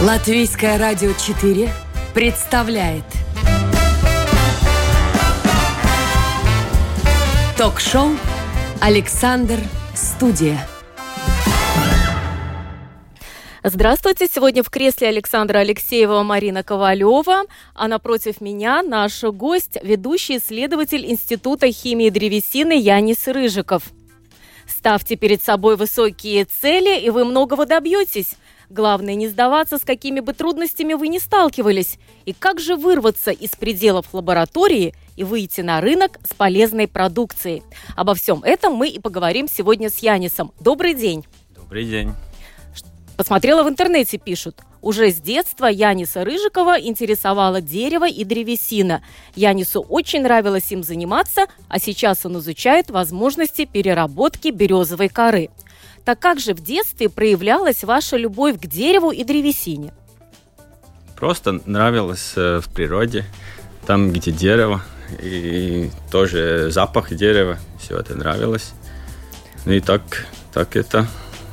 Латвийское радио 4 представляет ток-шоу «Александр. Студия». Здравствуйте! Сегодня в кресле Александра Алексеева Марина Ковалева, а напротив меня наш гость, ведущий исследователь Института химии и древесины Янис Рыжиков. Ставьте перед собой высокие цели, и вы многого добьетесь. Главное не сдаваться, с какими бы трудностями вы ни сталкивались. И как же вырваться из пределов лаборатории и выйти на рынок с полезной продукцией? Обо всем этом мы и поговорим сегодня с Янисом. Добрый день! Добрый день! Посмотрела в интернете, пишут. Уже с детства Яниса Рыжикова интересовало дерево и древесина. Янису очень нравилось им заниматься, а сейчас он изучает возможности переработки березовой коры. Так как же в детстве проявлялась ваша любовь к дереву и древесине? Просто нравилось в природе, там, где дерево, и тоже запах дерева, все это нравилось. Ну и так это...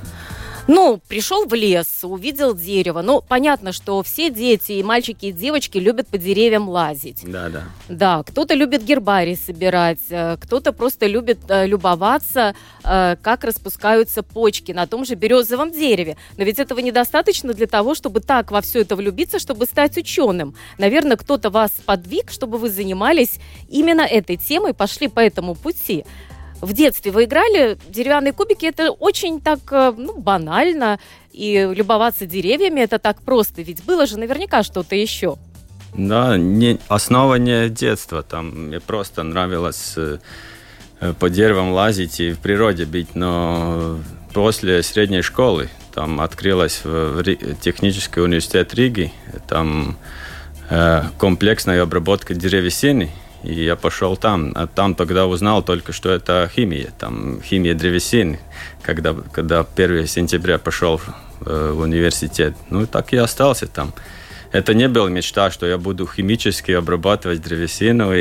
Пришел в лес, увидел дерево. Понятно, что все дети, и мальчики, и девочки любят по деревьям лазить. Да. Да, кто-то любит гербарий собирать, кто-то просто любит любоваться, как распускаются почки на том же березовом дереве. Но ведь этого недостаточно для того, чтобы так во все это влюбиться, чтобы стать ученым. Наверное, кто-то вас подвиг, чтобы вы занимались именно этой темой, пошли по этому пути. В детстве вы играли, деревянные кубики, это очень так, банально, и любоваться деревьями это так просто, ведь было же наверняка что-то еще. Да, основа не детства, там мне просто нравилось по деревам лазить и в природе быть, но после средней школы там открылась технический университет Риги, там комплексная обработка древесины. И я пошел там, а там тогда узнал только, что это химия, там химия древесины, когда 1 сентября пошел в университет. Так и остался там. Это не была мечта, что я буду химически обрабатывать древесину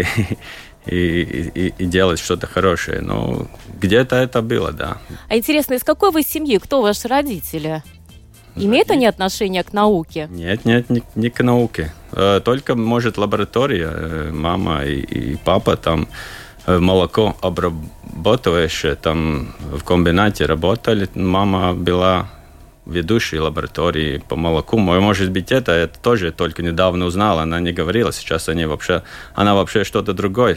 и делать что-то хорошее. Но где-то это было, да. А интересно, из какой вы семьи, кто ваши родители? Имеют они отношение к науке? Нет, не к науке. Только, может, лаборатория. Мама и папа там молоко обрабатывающее, там в комбинате работали. Мама была ведущей лаборатории по молоку. Может быть, это тоже только недавно узнала. Она не говорила. Сейчас она вообще что-то другое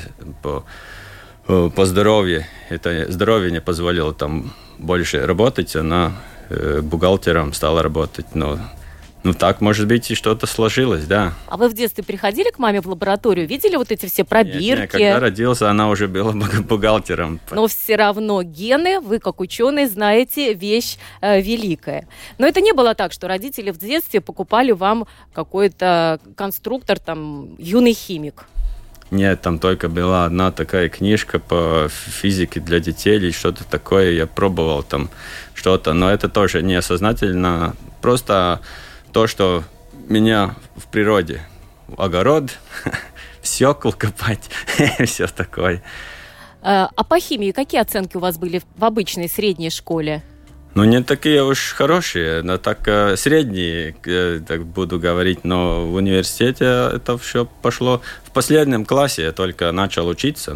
по здоровью. Это здоровье не позволило там больше работать. Она бухгалтером стала работать, но так, может быть, и что-то сложилось, да. А вы в детстве приходили к маме в лабораторию, видели вот эти все пробирки? Нет, когда родился, она уже была бухгалтером. Но все равно гены, вы как ученый знаете, вещь великая. Но это не было так, что родители в детстве покупали вам какой-то конструктор, там, юный химик. Нет, там только была одна такая книжка по физике для детей или что-то такое. Я пробовал там что-то, но это тоже неосознательно. Просто то, что меня в природе, огород, свеклу копать, все такое. А по химии какие оценки у вас были в обычной средней школе? Не такие уж хорошие, но так средние, так буду говорить, но в университете это все пошло. В последнем классе я только начал учиться,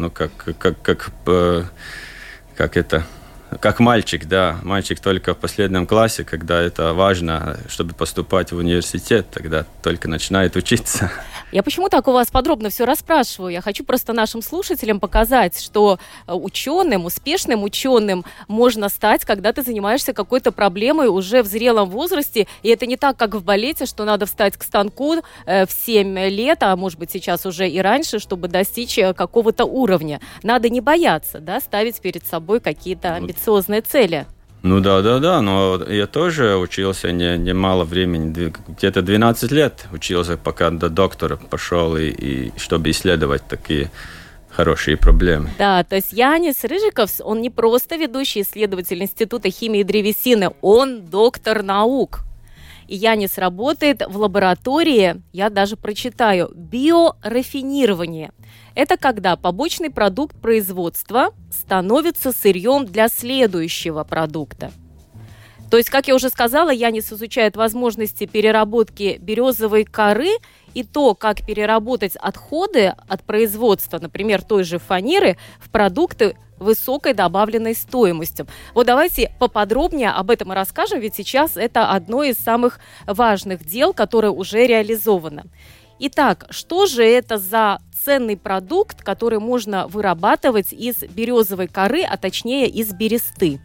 как мальчик, да. Мальчик только в последнем классе, когда это важно, чтобы поступать в университет, тогда только начинает учиться. Я почему так у вас подробно все расспрашиваю? Я хочу просто нашим слушателям показать, что ученым, успешным ученым можно стать, когда ты занимаешься какой-то проблемой уже в зрелом возрасте. И это не так, как в балете, что надо встать к станку в 7 лет, а может быть сейчас уже и раньше, чтобы достичь какого-то уровня. Надо не бояться, да, ставить перед собой какие-то амбициозные цели. Да, но я тоже учился немало времени, где-то 12 лет учился, пока до доктора пошел, и чтобы исследовать такие хорошие проблемы. Да, то есть Янис Рыжиков, он не просто ведущий исследователь Института химии и древесины, он доктор наук. И Янис работает в лаборатории, я даже прочитаю, биорафинирование. Это когда побочный продукт производства становится сырьем для следующего продукта. То есть, как я уже сказала, Янис изучает возможности переработки березовой коры и то, как переработать отходы от производства, например, той же фанеры, в продукты высокой добавленной стоимостью. Вот давайте поподробнее об этом и расскажем, ведь сейчас это одно из самых важных дел, которое уже реализовано. Итак, что же это за ценный продукт, который можно вырабатывать из березовой коры, а точнее из бересты?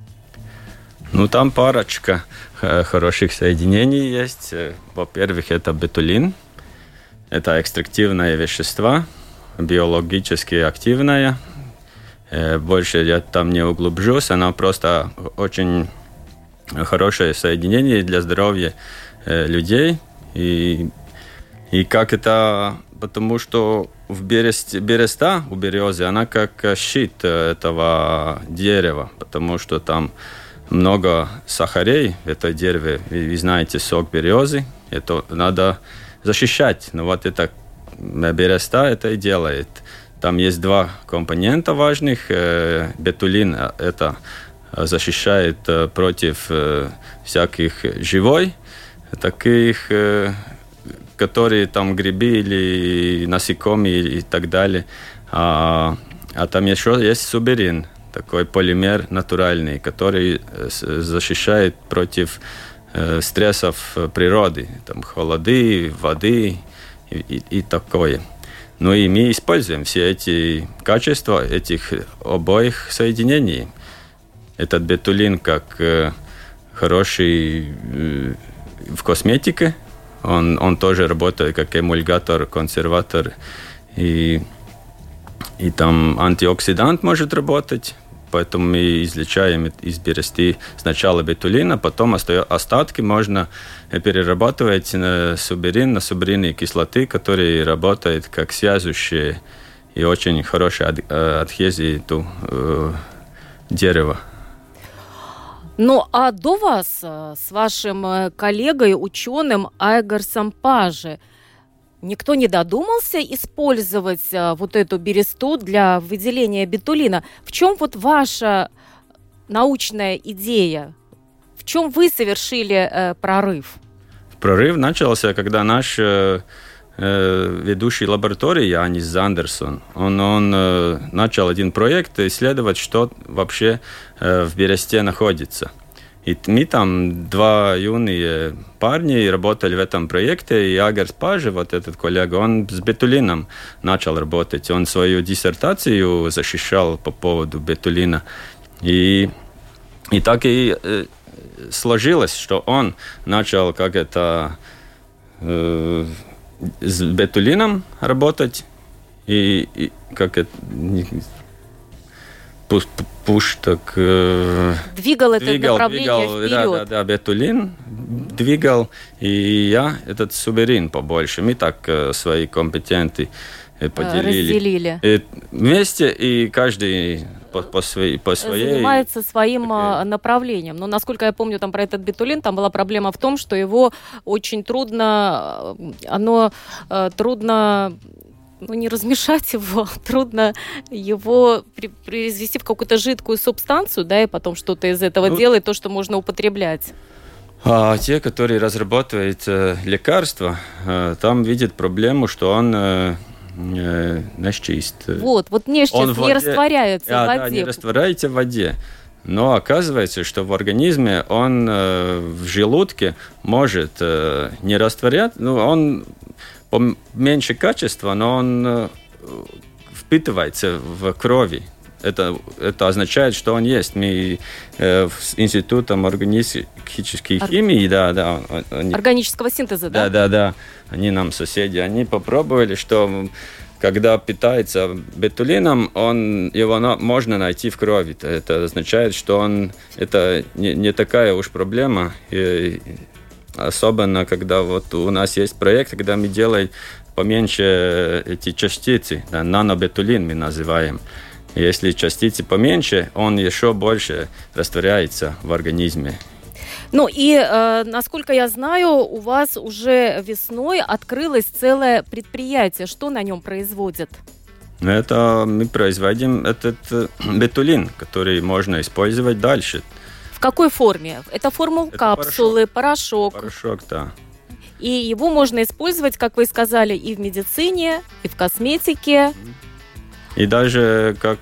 Ну, там парочка хороших соединений есть. Во-первых, это бетулин. Это экстрактивное вещество, биологически активное. Больше я там не углублюсь. Оно просто очень хорошее соединение для здоровья людей. И как это... Потому что береста у березы, она как щит этого дерева, потому что там много сахарей в этой дереве. Вы знаете, сок березы. Это надо защищать. Но вот это береста это и делает. Там есть два компонента важных. Бетулин это защищает против всяких живой, таких, которые там грибы или насекомые и так далее. А там еще есть суберин, такой полимер натуральный, который защищает против стрессов природы, там холоды, воды и такое. Ну и мы используем все эти качества этих обоих соединений. Этот бетулин как хороший в косметике, он тоже работает как эмульгатор, консерватор и там антиоксидант может работать. Поэтому мы излучаем из бересты сначала бетулин, потом остатки можно перерабатывать на суберин, на суберинные кислоты, которые работают как связующие и очень хорошие адхезии дерева. Ну, а до вас с вашим коллегой, ученым Айгарсом Паже, никто не додумался использовать вот эту бересту для выделения бетулина? В чем вот ваша научная идея? В чем вы совершили прорыв? Прорыв начался, когда наш ведущий лаборатории Янис Зандерсон, он начал один проект исследовать, что вообще в бересте находится. И мы там два юные парни работали в этом проекте, и Айгарс Паже, вот этот коллега, он с бетулином начал работать. Он свою диссертацию защищал по поводу бетулина. И так и сложилось, что он начал с бетулином работать, и как это... Двигал это направление вперед. Да, бетулин двигал, и я этот суберин побольше. Мы так свои компетенции разделили. Вместе, и каждый по своей... Занимается своим направлением. Но, насколько я помню, там про этот бетулин, там была проблема в том, что его очень трудно... не размешать его, трудно его произвести в какую-то жидкую субстанцию, да, и потом что-то из этого делать, то, что можно употреблять. А те, которые разрабатывают лекарства, там видят проблему, что он нечист. Вот нечист не растворяется в воде. Да, не растворяется в воде. Но оказывается, что в организме он в желудке может не растворять, он меньше качества, но он впитывается в крови. Это означает, что он есть. Мы с Институтом органической химии, органического синтеза, да? Да. Они нам соседи. Они попробовали, что когда питается бетулином, его можно найти в крови. Это означает, что это не такая уж проблема. Особенно, когда вот у нас есть проект, когда мы делаем поменьше эти частицы, нанобетулин мы называем. Если частицы поменьше, он еще больше растворяется в организме. Ну и, насколько я знаю, у вас уже весной открылось целое предприятие. Что на нем производят? Это мы производим этот бетулин, который можно использовать дальше. В какой форме? Это форма капсулы, порошок. Порошок, да. И его можно использовать, как вы сказали, и в медицине, и в косметике. И даже как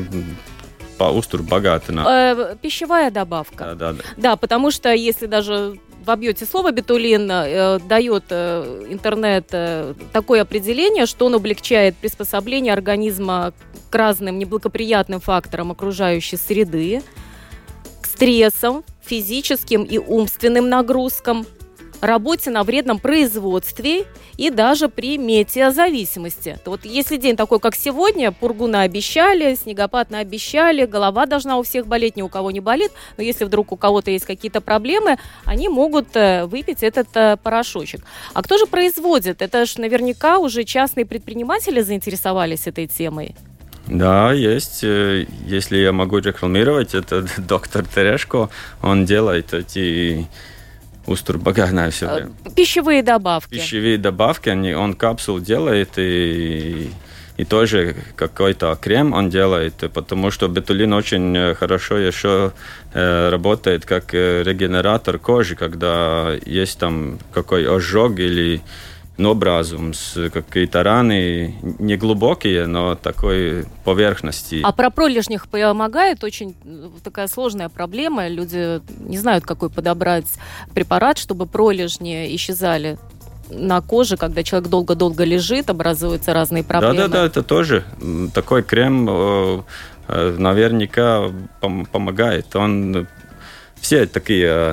по устуру богато. Пищевая добавка. Да. Да, потому что если даже вобьете слово бетулин, дает интернет такое определение, что он облегчает приспособление организма к разным неблагоприятным факторам окружающей среды, к стрессам, физическим и умственным нагрузкам, работе на вредном производстве и даже при метеозависимости. То вот если день такой, как сегодня, пургу наобещали, снегопад наобещали, голова должна у всех болеть, ни у кого не болит, но если вдруг у кого-то есть какие-то проблемы, они могут выпить этот порошочек. А кто же производит? Это же наверняка уже частные предприниматели заинтересовались этой темой. Да, есть. Если я могу рекламировать, это доктор Терешко. Он делает эти устурбагана все время. Пищевые добавки. Пищевые добавки, он капсул делает и тоже какой-то крем он делает, потому что бетулин очень хорошо еще работает как регенератор кожи, когда есть там какой ожог или образум с какие-то раны, не глубокие, но такой поверхности. А про пролежних помогает? Очень такая сложная проблема. Люди не знают, какой подобрать препарат, чтобы пролежни исчезали на коже, когда человек долго-долго лежит, образуются разные проблемы. Да, это тоже. Такой крем наверняка помогает. Он все такие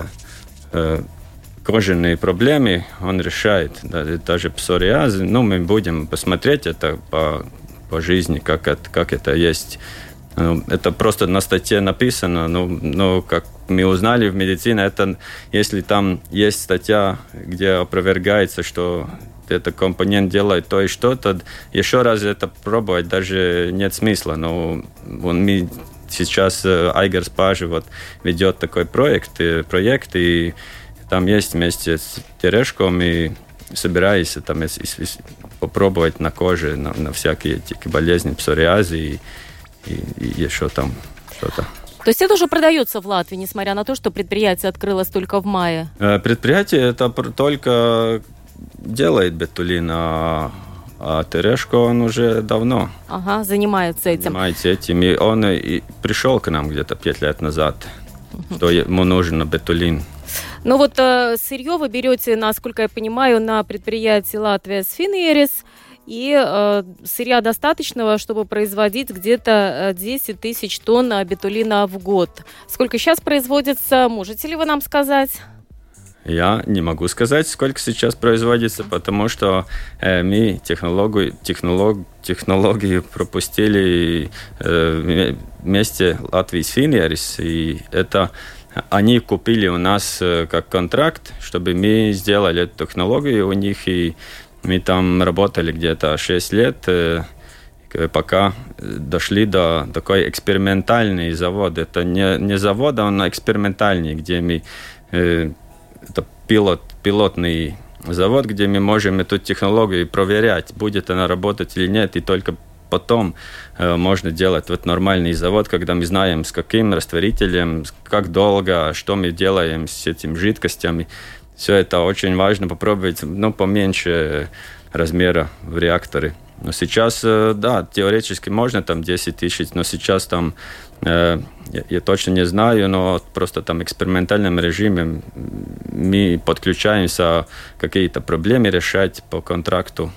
кожаные проблемы он решает, даже псориаз. Мы будем посмотреть это по жизни, как это есть. Это просто на статье написано, но как мы узнали в медицине, это если там есть статья, где опровергается, что этот компонент делает то и что-то, еще раз это пробовать даже нет смысла. Но мы сейчас Айгерс Пажи ведет такой проект, и там есть вместе с Терешком и собираюсь там попробовать на коже на всякие болезни, псориазы и еще там что-то. То есть это уже продается в Латвии, несмотря на то, что предприятие открылось только в мае? Предприятие это только делает бетулин, а Терешко он уже давно занимается этим. И он и пришел к нам где-то 5 лет назад, что ему нужен бетулин. Ну вот сырье вы берете, насколько я понимаю, на предприятии Латвия Сфинерис, и сырья достаточного, чтобы производить где-то 10 тысяч тонн бетулина в год. Сколько сейчас производится, можете ли вы нам сказать? Я не могу сказать, сколько сейчас производится, потому что мы технологию пропустили вместе Латвии Сфинерис, и это они купили у нас как контракт, чтобы мы сделали эту технологию у них, и мы там работали где-то 6 лет, пока дошли до такой экспериментальный завод. Это не завод, а он экспериментальный, где мы... Это пилотный завод, где мы можем эту технологию проверять, будет она работать или нет, и только потом можно делать нормальный завод, когда мы знаем, с каким растворителем, как долго, что мы делаем с этими жидкостями. Все это очень важно попробовать, поменьше размера в реакторе. Но сейчас, да, теоретически можно там 10 тысяч, но сейчас там, я точно не знаю, но просто там в экспериментальном режиме мы подключаемся, какие-то проблемы решать по контракту.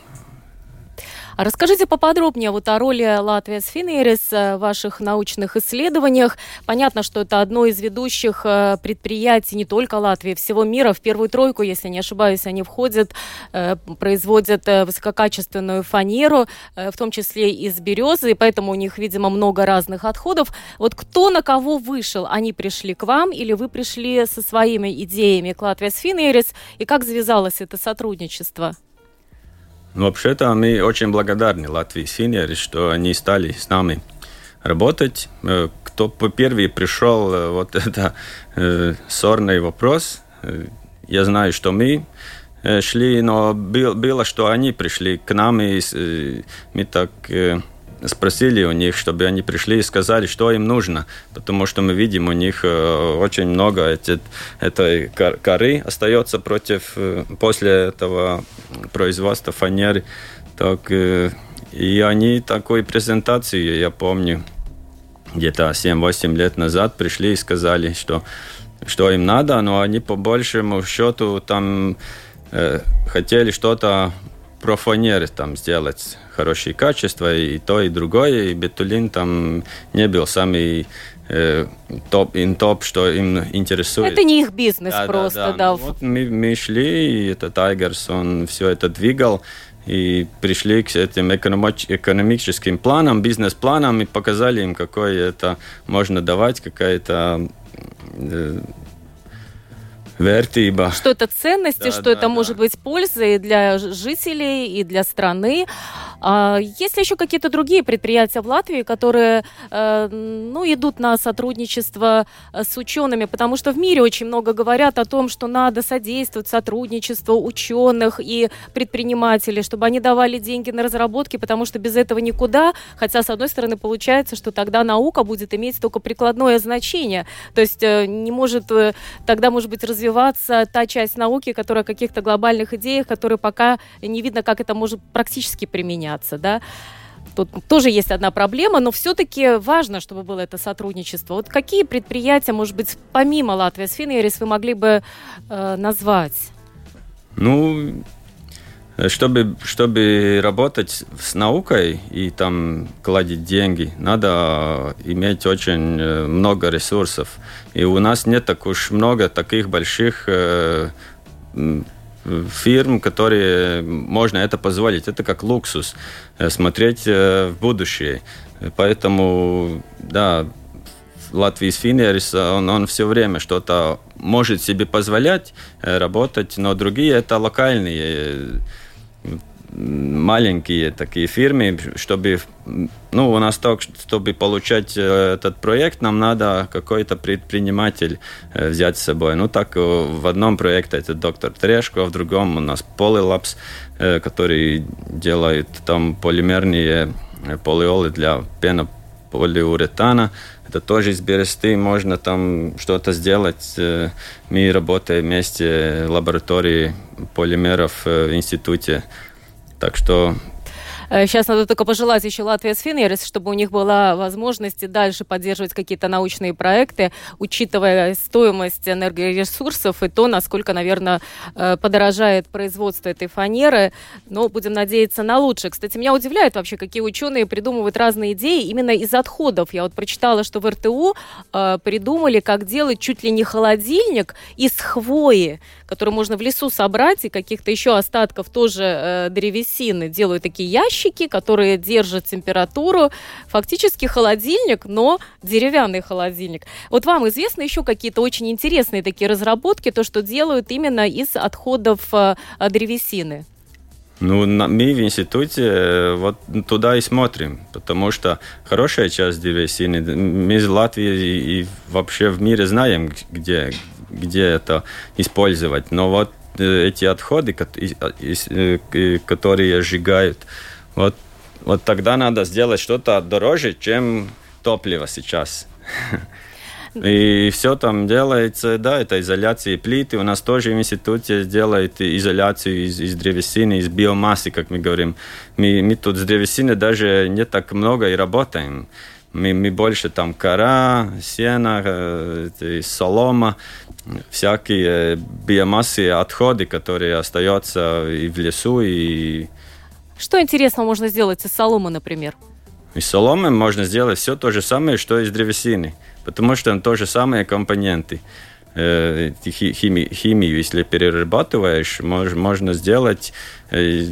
А расскажите поподробнее о роли Латвия Сфинерис в ваших научных исследованиях. Понятно, что это одно из ведущих предприятий не только Латвии, всего мира. В первую тройку, если не ошибаюсь, они входят, производят высококачественную фанеру, в том числе из березы, и поэтому у них, видимо, много разных отходов. Вот кто на кого вышел? Они пришли к вам или вы пришли со своими идеями к Латвия Сфинерис? И как завязалось это сотрудничество? Вообще-то мы очень благодарны Латвии Сфинерис, что они стали с нами работать. Кто первый пришел, это сорный вопрос. Я знаю, что мы шли, но было, что они пришли к нам, и мы так спросили у них, чтобы они пришли и сказали, что им нужно, потому что мы видим, у них очень много этой коры остается после этого производства фанеры. Так, и они такой презентацию, я помню, где-то 7-8 лет назад пришли и сказали, что им надо, но они по большему счету там хотели что-то про фанеры там сделать, хорошее качество, и то, и другое, и бетулин там не был самый топ, что им интересует. Это не их бизнес просто, да. Вот мы шли, и этот Айгерс, он все это двигал, и пришли к этим экономическим планам, бизнес-планам, и показали им, какое это можно давать, какая-то вертиба. Что это ценности, что это может быть пользой и для жителей, и для страны. Есть ли еще какие-то другие предприятия в Латвии, которые идут на сотрудничество с учеными? Потому что в мире очень много говорят о том, что надо содействовать сотрудничеству ученых и предпринимателей, чтобы они давали деньги на разработки, потому что без этого никуда. Хотя, с одной стороны, получается, что тогда наука будет иметь только прикладное значение. То есть не может тогда, может быть, развиваться та часть науки, которая о каких-то глобальных идеях, которые пока не видно, как это может практически применяться. Да? Тут тоже есть одна проблема, но все-таки важно, чтобы было это сотрудничество. Вот какие предприятия, может быть, помимо Латвijas Finieris, вы могли бы назвать? Чтобы работать с наукой и там кладить деньги, надо иметь очень много ресурсов. И у нас не так уж много таких больших фирм, которые можно это позволить. Это как луксус, смотреть в будущее. Поэтому, да, Latvijas Finieris, он все время что-то может себе позволять работать, но другие это локальные, маленькие такие фирмы, чтобы, у нас так, чтобы получать этот проект, нам надо какой-то предприниматель взять с собой. Так в одном проекте это доктор Трешко, в другом у нас Polylabs, который делает там полимерные полиолы для пенополиуретана. Это тоже из Бересты, можно там что-то сделать. Мы работаем вместе в лаборатории полимеров в институте. Так что... Сейчас надо только пожелать еще Latvijas Finieris, чтобы у них была возможность и дальше поддерживать какие-то научные проекты, учитывая стоимость энергоресурсов и то, насколько, наверное, подорожает производство этой фанеры. Но будем надеяться на лучшее. Кстати, меня удивляет вообще, какие ученые придумывают разные идеи именно из отходов. Я вот прочитала, что в РТУ придумали, как делать чуть ли не холодильник из хвои, который можно в лесу собрать, и каких-то еще остатков тоже древесины. Делают такие ящики, которые держат температуру. Фактически холодильник, но деревянный холодильник. Вот вам известны еще какие-то очень интересные такие разработки, то, что делают именно из отходов древесины? Мы в институте вот туда и смотрим, потому что хорошая часть древесины, мы из Латвии и вообще в мире знаем, где это использовать. Но вот эти отходы, которые сжигают, вот тогда надо сделать что-то дороже, чем топливо сейчас. И все там делается, да, это изоляция плиты. У нас тоже в институте делают изоляцию из древесины, из биомассы, как мы говорим. Мы тут с древесиной даже не так много и работаем. Мы больше там кора, сено, солома, всякие биомассы, отходы, которые остаются и в лесу, и... Что интересного можно сделать из соломы, например? Из соломы можно сделать все то же самое, что из древесины, потому что там то же самые компоненты. Химию, если перерабатываешь, можно сделать... Я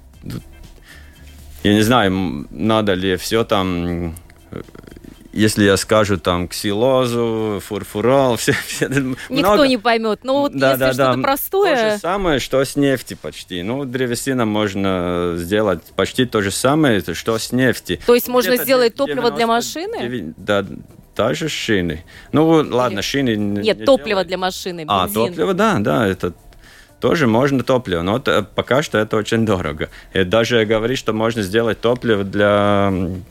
не знаю, надо ли все там... Если я скажу там ксилозу, фурфурол, все никто много. Не поймет. Но вот если что-то простое... То же самое, что с нефти почти. Древесина можно сделать почти то же самое, что с нефти. То есть можно сделать топливо для машины? Да, даже шины. Ладно, шины... Нет, топливо для машины, бензин. Топливо, да, это тоже можно топливо, но пока что это очень дорого. И даже говорит, что можно сделать топливо для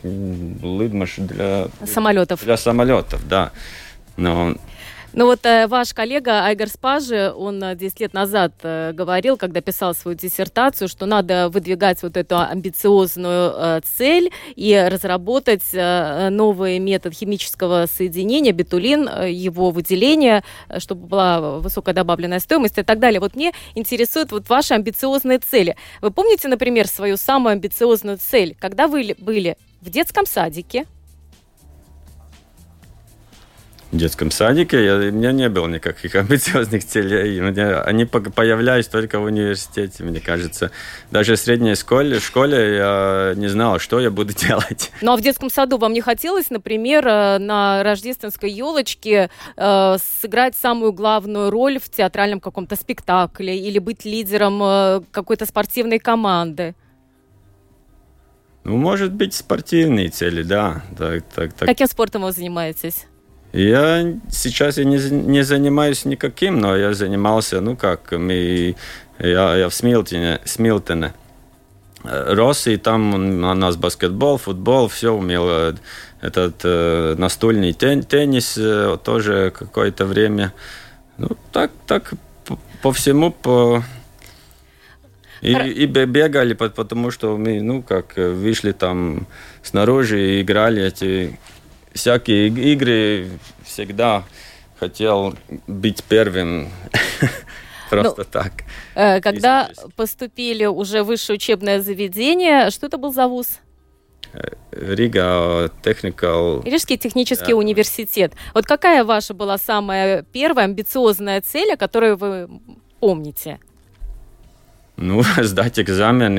самолетов. Для самолетов, да. Но... Ну вот ваш коллега Айгар Спажи, он 10 лет назад говорил, когда писал свою диссертацию, что надо выдвигать вот эту амбициозную цель и разработать новый метод химического соединения, бетулин, его выделения, чтобы была высокая добавленная стоимость и так далее. Вот мне интересуют вот ваши амбициозные цели. Вы помните, например, свою самую амбициозную цель, когда вы были в детском садике? В детском садике у меня не было никаких амбициозных целей. Они появлялись только в университете, мне кажется. Даже в средней школе я не знал, что я буду делать. Ну а в детском саду вам не хотелось, например, на рождественской елочке сыграть самую главную роль в театральном каком-то спектакле или быть лидером какой-то спортивной команды? Ну, может быть, спортивные цели, да. Так. Каким спортом вы занимаетесь? Я сейчас не занимаюсь никаким, но я занимался, я в Смилтоне рос, и там у нас баскетбол, футбол, все умел. Этот настольный теннис тоже какое-то время. Ну, так по всему, И бегали, потому что мы, вышли там снаружи и играли эти... Всякие игры, всегда хотел быть первым. Просто так. Когда поступили уже в высшее учебное заведение, что это был за вуз? Рига Technical... Рижский технический университет. Вот какая ваша была самая первая амбициозная цель, о которой вы помните? Сдать экзамен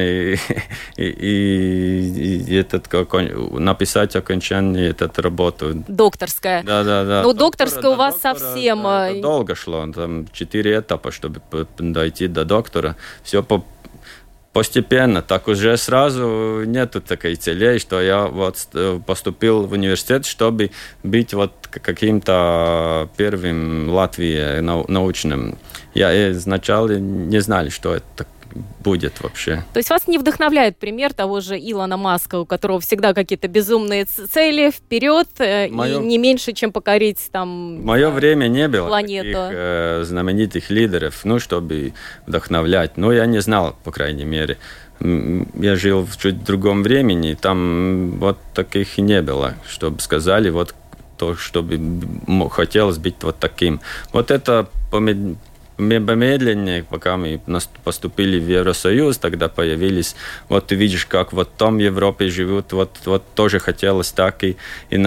и написать окончание эту работу. Докторская. Да. Ну, докторская у вас совсем... Это долго шло, там 4 этапа, чтобы дойти до доктора. Все постепенно, так уже сразу нету такой цели, что я поступил в университет, чтобы быть каким-то первым в Латвии научным. Я сначала не знал, что это будет вообще. То есть вас не вдохновляет пример того же Илона Маска, у которого всегда какие-то безумные цели вперед, и не меньше, чем покорить там в мое время не было планету. Таких знаменитых лидеров, чтобы вдохновлять. Я не знал, по крайней мере. Я жил в чуть другом времени, там таких и не было, чтобы сказали то, чтобы хотелось быть таким. Это помедленнее, пока мы поступили в Евросоюз, тогда появились, ты видишь, как там в Европе живут, тоже хотелось так, и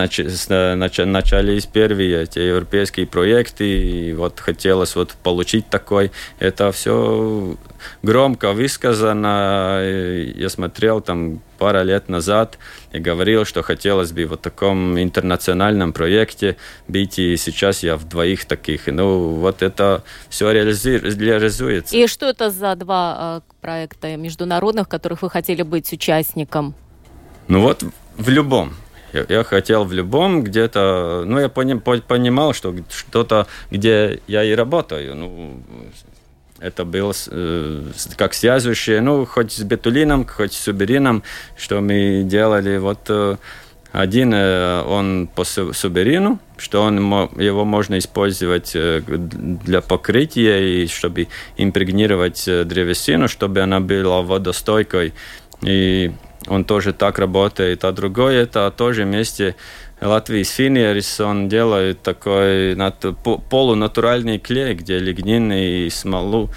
начались первые эти европейские проекты, и хотелось получить такой. Это все громко высказано. Я смотрел там пару лет назад и говорил, что хотелось бы в таком интернациональном проекте быть, и сейчас я в 2 таких. Это все реализуется. И что это за 2 проекта международных, в которых вы хотели быть участником? В любом. Я хотел в любом где-то... я понимал, что что-то, где я и работаю. Это было как связывающее, хоть с бетулином, хоть с суберином, что мы делали. Один он по суберину, что его можно использовать для покрытия и чтобы импрегнировать древесину, чтобы она была водостойкой. И он тоже так работает. А другой это тоже вместе Латвийс Финерис, он делает такой полунатуральный клей, где лигнин и смолу.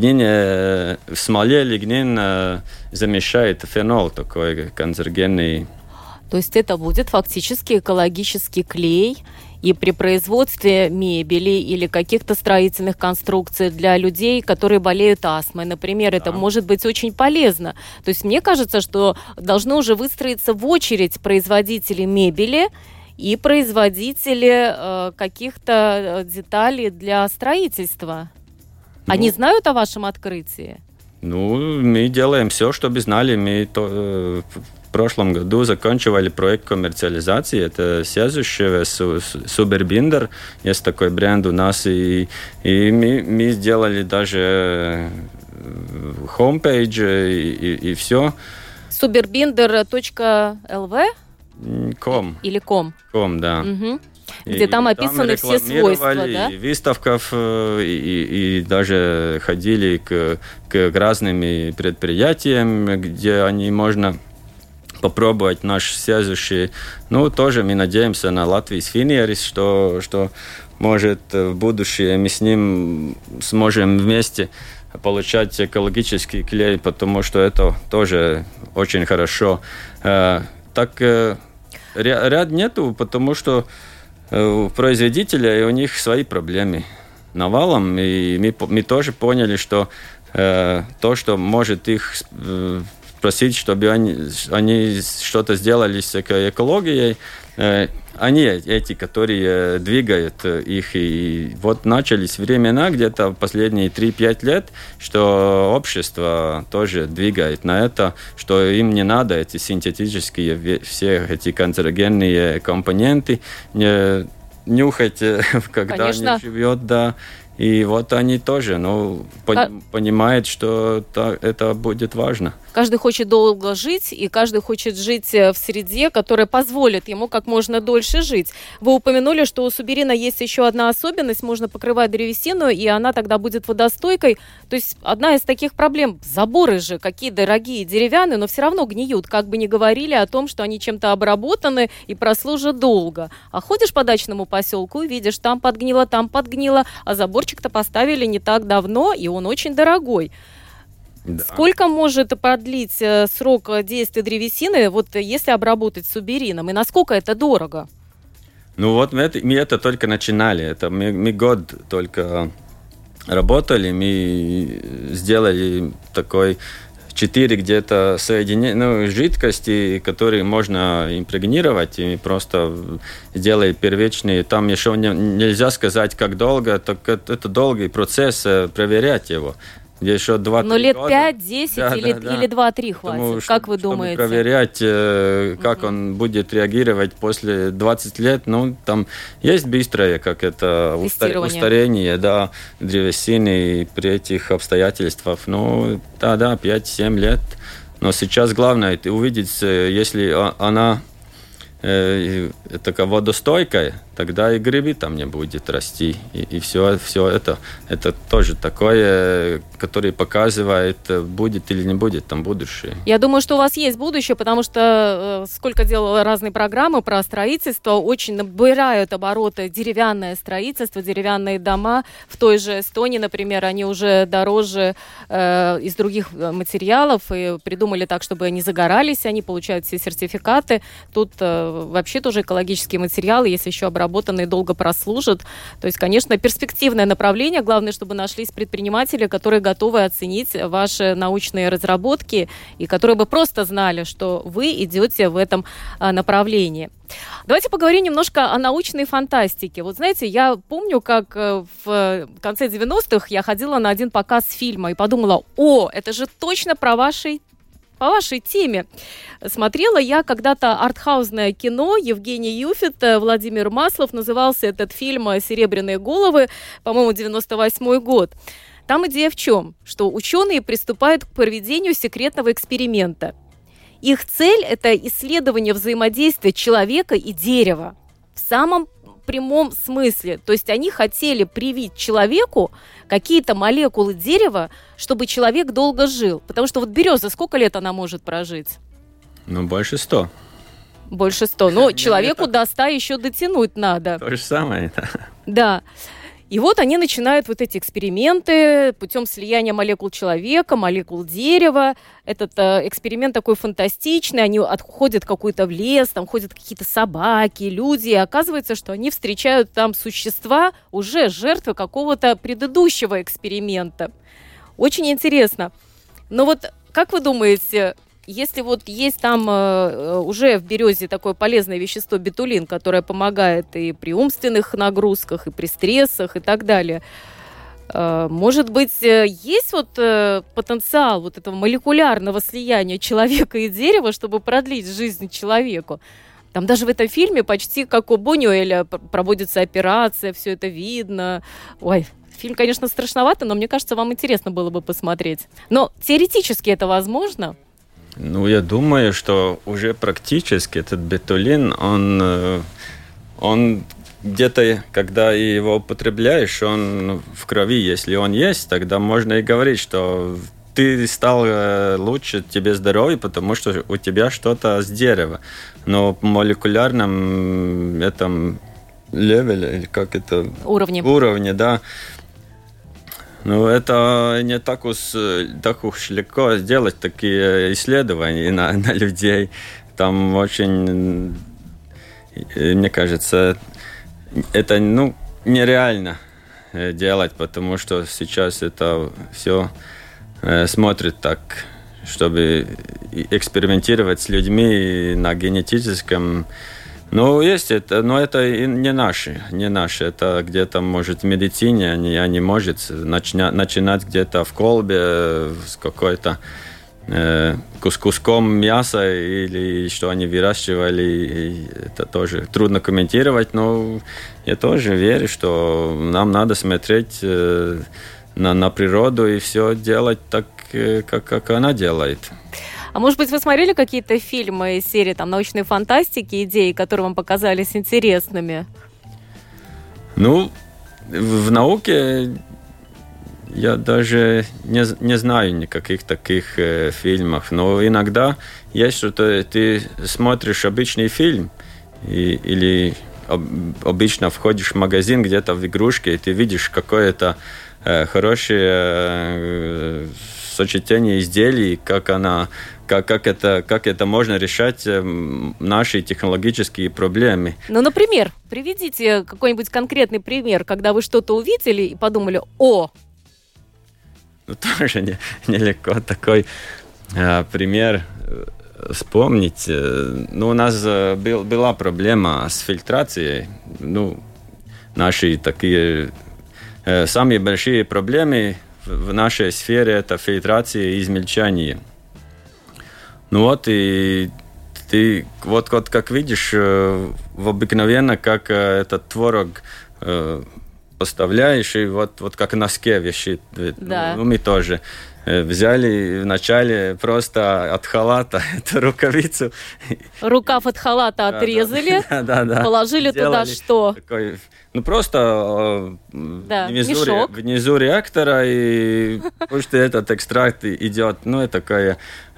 В смоле лигнин замещает фенол, такой канцерогенный. То есть это будет фактически экологический клей, и при производстве мебели или каких-то строительных конструкций для людей, которые болеют астмой, например, это может быть очень полезно. То есть мне кажется, что должно уже выстроиться в очередь производители мебели и производители каких-то деталей для строительства. Они знают о вашем открытии? Мы делаем все, чтобы знали. Мы прошлом году заканчивали проект коммерциализации. Это Сязушева, Субербиндер. Есть такой бренд у нас. И мы сделали даже homepage и все. Suberbinder.lv? Com. Или com? Com, да. Угу. Где там описаны все свойства, да? И выставках, и даже ходили к разным предприятиям, где они можно попробовать наш связующий. Ну, тоже мы надеемся на Латвийс Финерис, что может в будущем мы с ним сможем вместе получать экологический клей, потому что это тоже очень хорошо. Так ряд нету, потому что у производителей у них свои проблемы навалом, и мы тоже поняли, что то, что может их просить, чтобы они что-то сделали с экологией, они эти, которые двигают их. И вот начались времена, где-то последние 3-5 лет, что общество тоже двигает на это, что им не надо эти синтетические, все эти канцерогенные компоненты нюхать, когда Конечно. они живут, да. И вот они тоже понимают, что это будет важно. Каждый хочет долго жить, и каждый хочет жить в среде, которая позволит ему как можно дольше жить. Вы упомянули, что у суберина есть еще одна особенность. Можно покрывать древесину, и она тогда будет водостойкой. То есть одна из таких проблем. Заборы же какие дорогие, деревянные, но все равно гниют. Как бы ни говорили о том, что они чем-то обработаны и прослужат долго. А ходишь по дачному поселку и видишь, там подгнило, а заборчик-то поставили не так давно, и он очень дорогой. Да. Сколько может продлить срок действия древесины, вот если обработать суберином, и насколько это дорого? Ну вот мы это только начинали, мы год только работали, мы сделали такой 4 где-то жидкости, которые можно импрегнировать, и просто сделали первичные. Там еще нельзя сказать, как долго, так это долгий процесс проверять его. Где еще 2-3 Но лет года. 5-10 или 2-3 хватит, как вы думаете? Чтобы проверять, как он будет реагировать после 20 лет, там есть быстрое, как это устарение древесины при этих обстоятельствах. 5-7 лет. Но сейчас главное это увидеть, если она такая водостойкая, тогда и грибы там не будет расти. И все это тоже такое, которое показывает, будет или не будет там будущее. Я думаю, что у вас есть будущее, потому что сколько делала разные программы про строительство, очень набирают обороты деревянное строительство, деревянные дома. В той же Эстонии, например, они уже дороже из других материалов и придумали так, чтобы они загорались, они получают все сертификаты. Тут вообще тоже экологические материалы, если еще обработанные, долго прослужат. То есть, конечно, перспективное направление. Главное, чтобы нашлись предприниматели, которые готовы оценить ваши научные разработки и которые бы просто знали, что вы идете в этом направлении. Давайте поговорим немножко о научной фантастике. Вот знаете, я помню, как в конце 90-х я ходила на один показ фильма и подумала, это же точно по вашей теме. Смотрела я когда-то артхаусное кино Евгений Юфит, Владимир Маслов. Назывался этот фильм «Серебряные головы», по-моему, 98 год. Там идея в чем? Что ученые приступают к проведению секретного эксперимента. Их цель – это исследование взаимодействия человека и дерева. В самом прямом смысле. То есть они хотели привить человеку какие-то молекулы дерева, чтобы человек долго жил. Потому что вот береза, сколько лет она может прожить? Больше 100. Больше 100. Но человеку до 100 еще дотянуть надо. То же самое. Да. И вот они начинают вот эти эксперименты путем слияния молекул человека, молекул дерева. Этот эксперимент такой фантастичный. Они отходят какой-то в лес, там ходят какие-то собаки, люди. И оказывается, что они встречают там существа, уже жертвы какого-то предыдущего эксперимента. Очень интересно. Но вот как вы думаете, если вот есть там уже в березе такое полезное вещество бетулин, которое помогает и при умственных нагрузках, и при стрессах, и так далее, Может быть, есть вот потенциал вот этого молекулярного слияния человека и дерева, чтобы продлить жизнь человеку? Там даже в этом фильме почти как у Бунюэля проводится операция, все это видно. Ой, фильм, конечно, страшновато, но мне кажется, вам интересно было бы посмотреть. Но теоретически это возможно? Ну, я думаю, что уже практически этот ботулин, он где-то, когда его употребляешь, он в крови, если он есть, тогда можно и говорить, что ты стал лучше, тебе здоровье, потому что у тебя что-то с дерева. Но в молекулярном этом левеле, или как это? Уровне, да. Ну, это не так уж легко сделать такие исследования на людей. Там очень, мне кажется, это нереально делать, потому что сейчас это все смотрит так, чтобы экспериментировать с людьми на генетическом. Ну, есть это, но это не наши. Это где-то, может, в медицине, они могут начинать где-то в колбе с какой-то куском мяса или что они выращивали. И это тоже трудно комментировать, но я тоже верю, что нам надо смотреть на природу и все делать так, как она делает. А может быть, вы смотрели какие-то фильмы из серии там, научной фантастики, идеи, которые вам показались интересными? Ну, в науке я даже не знаю никаких таких фильмов. Но иногда есть что-то, ты смотришь обычный фильм или обычно входишь в магазин где-то в игрушке, и ты видишь какое-то хорошее сочетание изделий, как это можно решать наши технологические проблемы. Ну, например, приведите какой-нибудь конкретный пример, когда вы что-то увидели и подумали: «О!» Ну, тоже нелегко такой пример вспомнить. Ну, у нас была проблема с фильтрацией. Ну, наши такие самые большие проблемы в нашей сфере — это фильтрация и измельчание. Ну вот, и ты вот как видишь, обыкновенно, как этот творог поставляешь, и вот как в носке висит. Да. Ну, мы тоже взяли вначале просто от халата эту рукавицу. Рукав от халата отрезали, положили туда что? Такой, ну, просто мешок внизу реактора, и пусть этот экстракт идет. Ну, это такая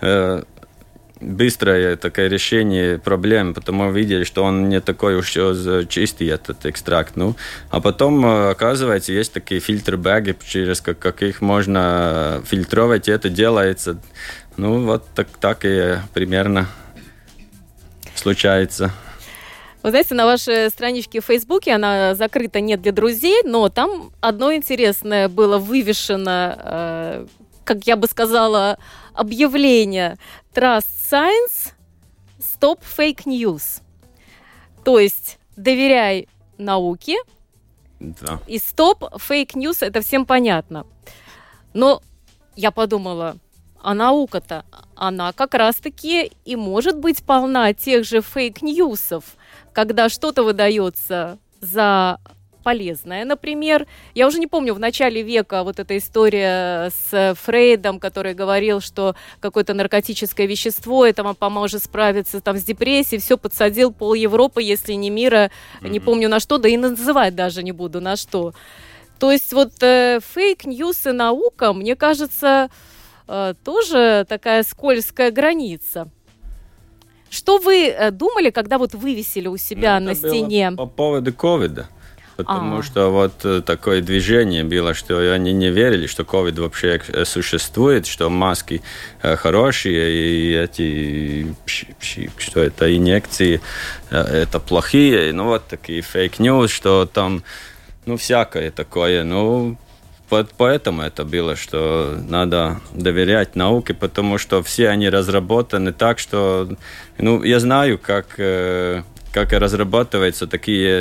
быстрое такое решение проблем, потому мы видели, что он не такой уж чистый, этот экстракт. Ну, а потом, оказывается, есть такие фильтр-баги, через каких можно фильтровать, и это делается. Ну, вот так и примерно случается. Вы знаете, на вашей страничке в Фейсбуке, она закрыта не для друзей, но там одно интересное было вывешено, как я бы сказала, объявление: Trust Science, Stop Fake News. То есть доверяй науке, да. И Stop Fake News, это всем понятно. Но я подумала, а наука-то, она как раз-таки и может быть полна тех же фейк-ньюсов, когда что-то выдается за полезное, например. Я уже не помню, в начале века вот эта история с Фрейдом, который говорил, что какое-то наркотическое вещество, это вам поможет справиться там с депрессией, все, подсадил пол Европы, если не мира, не помню на что, да и называть даже не буду на что. То есть вот фейк-ньюс и наука, мне кажется, тоже такая скользкая граница. Что вы думали, когда вот вывесили у себя на стене? По поводу ковида. Потому что вот такое движение было, что они не верили, что ковид вообще существует, что маски хорошие, и эти что это инъекции это плохие. Ну вот такие фейк-ньюс, что там всякое такое. Ну, поэтому это было, что надо доверять науке, потому что все они разработаны так, что я знаю, как разрабатываются такие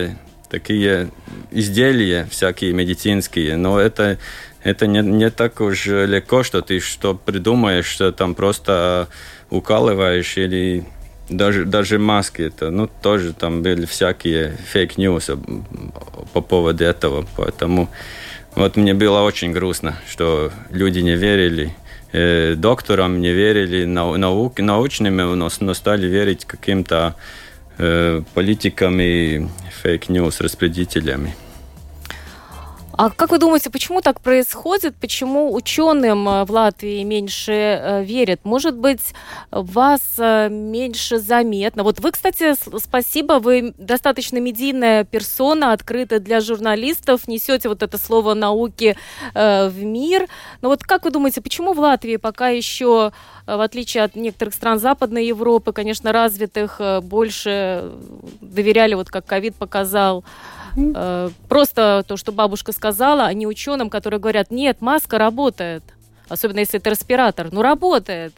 такие изделия всякие медицинские, но это не так уж легко, что ты что придумаешь, что там просто укалываешь или даже маски. Это, тоже там были всякие фейк-ньюс по поводу этого. Поэтому вот мне было очень грустно, что люди не верили, докторам не верили, научным, но стали верить каким-то политикам и фейк-ньюс распределителями. А как вы думаете, почему так происходит? Почему ученым в Латвии меньше верят? Может быть, вас меньше заметно? Вот вы, кстати, спасибо, вы достаточно медийная персона, открытая для журналистов, несете вот это слово науки в мир. Но вот как вы думаете, почему в Латвии пока еще, в отличие от некоторых стран Западной Европы, конечно, развитых, больше доверяли, вот как ковид показал, просто то, что бабушка сказала, а не ученым, которые говорят, нет, маска работает. Особенно если это респиратор. Работает.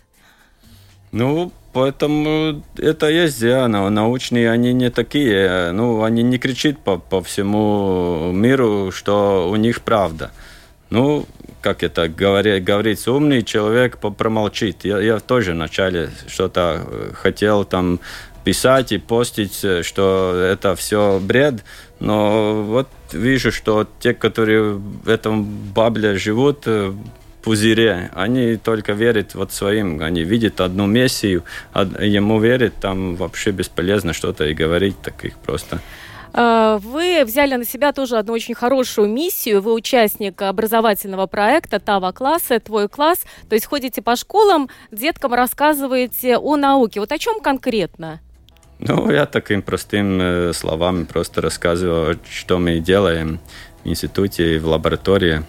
Поэтому это есть, научные, они не такие, они не кричат по всему миру, что у них правда. Как это говорится, умный человек промолчит. Я тоже вначале что-то хотел там писать и постить, что это все бред, но вот вижу, что те, которые в этом бабле живут, в пузыре, они только верят вот своим, они видят одну мессию, а ему верят, там вообще бесполезно что-то и говорить таких просто. Вы взяли на себя тоже одну очень хорошую миссию. Вы участник образовательного проекта «Тава класса», «Твой класс». То есть ходите по школам, деткам рассказываете о науке. Вот о чем конкретно? Я таким простым словами просто рассказываю, что мы делаем в институте, в лаборатории.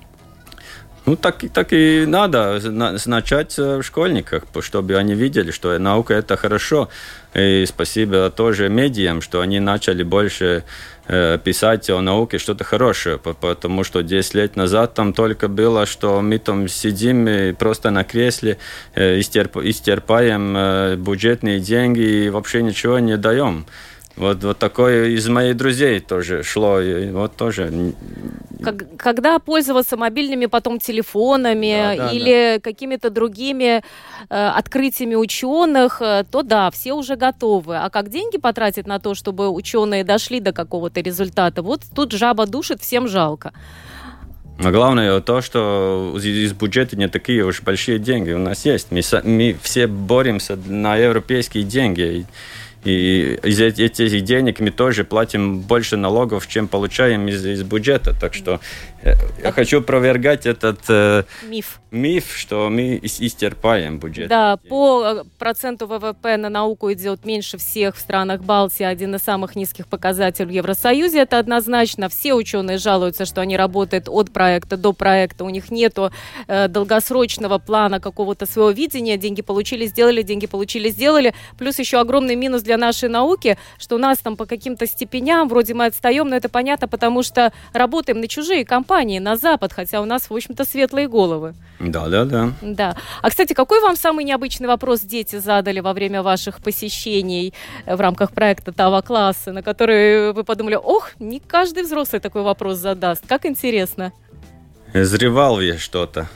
Так и надо начать в школьниках, чтобы они видели, что наука – это хорошо. И спасибо тоже медиам, что они начали больше писать о науке что-то хорошее, потому что 10 лет назад там только было, что мы там сидим просто на кресле, истерпаем бюджетные деньги и вообще ничего не даем. Вот такое из моих друзей тоже шло. И вот тоже. Когда пользоваться мобильными потом телефонами или какими-то другими открытиями ученых, то да, все уже готовы. А как деньги потратить на то, чтобы ученые дошли до какого-то результата? Вот тут жаба душит, всем жалко. А главное то, что из бюджета не такие уж большие деньги у нас есть. Мы все боремся на европейские деньги. И из этих денег мы тоже платим больше налогов, чем получаем из бюджета. Так что я хочу опровергать этот миф, что мы исчерпаем бюджет. Да, по проценту ВВП на науку идет меньше всех в странах Балтии, один из самых низких показателей в Евросоюзе, это однозначно. Все ученые жалуются, что они работают от проекта до проекта, у них нету долгосрочного плана какого-то своего видения, деньги получили, сделали, деньги получили, сделали. Плюс еще огромный минус для нашей науки, что у нас там по каким-то степеням, вроде мы отстаем, но это понятно, потому что работаем на чужие компании, на Запад, хотя у нас, в общем-то, светлые головы. Да. А, кстати, какой вам самый необычный вопрос дети задали во время ваших посещений в рамках проекта «Тава класса», на который вы подумали, не каждый взрослый такой вопрос задаст. Как интересно. Взрывал я что-то.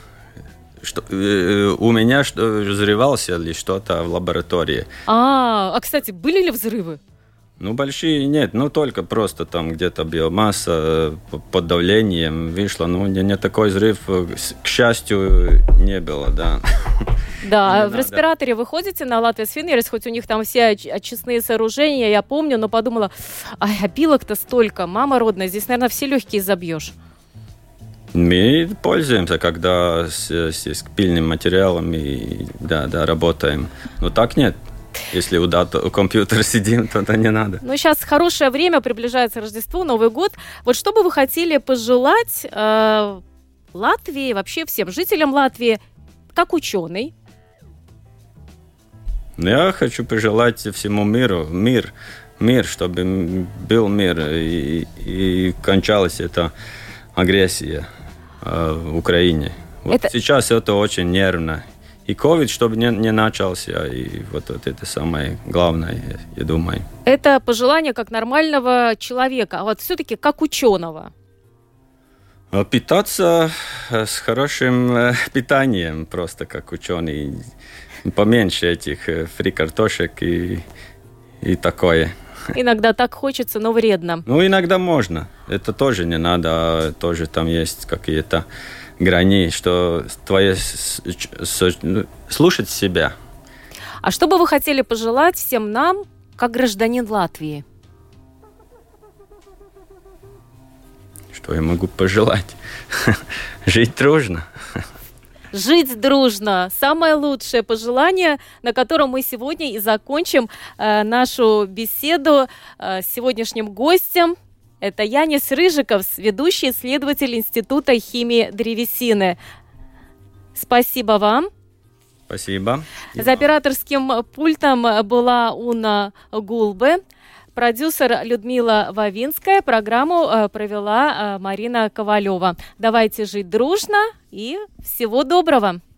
У меня взрывался ли что-то в лаборатории. Кстати, были ли взрывы? Большие нет, только просто там где-то биомасса под давлением вышла. Не такой взрыв, к счастью, не было, да. Да, в респираторе вы ходите на Латвия Финерис, хоть у них там все очистные сооружения, я помню, но подумала, опилок-то столько, мама родная, здесь, наверное, все легкие забьешь. Мы пользуемся, когда с пильным материалом и работаем. Но так нет. Если у компьютера сидим, то не надо. Сейчас хорошее время, приближается Рождество, Новый год. Вот что бы вы хотели пожелать Латвии, вообще всем жителям Латвии, как ученый? Я хочу пожелать всему миру мир, чтобы был мир и кончалась эта агрессия в Украине. Сейчас это очень нервно. и COVID, чтобы не начался. И вот это самое главное, я думаю. Это пожелание как нормального человека, а вот все-таки как ученого. Питаться с хорошим питанием, просто как ученый. Поменьше этих фри-картошек и такое. Иногда так хочется, но вредно. Ну, иногда можно. Это тоже не надо. Тоже там есть какие-то грани, что слушать себя. А что бы вы хотели пожелать всем нам, как гражданин Латвии? Что я могу пожелать? Жить дружно. Жить дружно. Самое лучшее пожелание, на котором мы сегодня и закончим нашу беседу с сегодняшним гостем. Это Янис Рыжиков, ведущий исследователь Института химии древесины. Спасибо вам. Спасибо. За операторским пультом была Уна Гулбе. Продюсер Людмила Вавинская. Программу провела Марина Ковалева. Давайте жить дружно и всего доброго!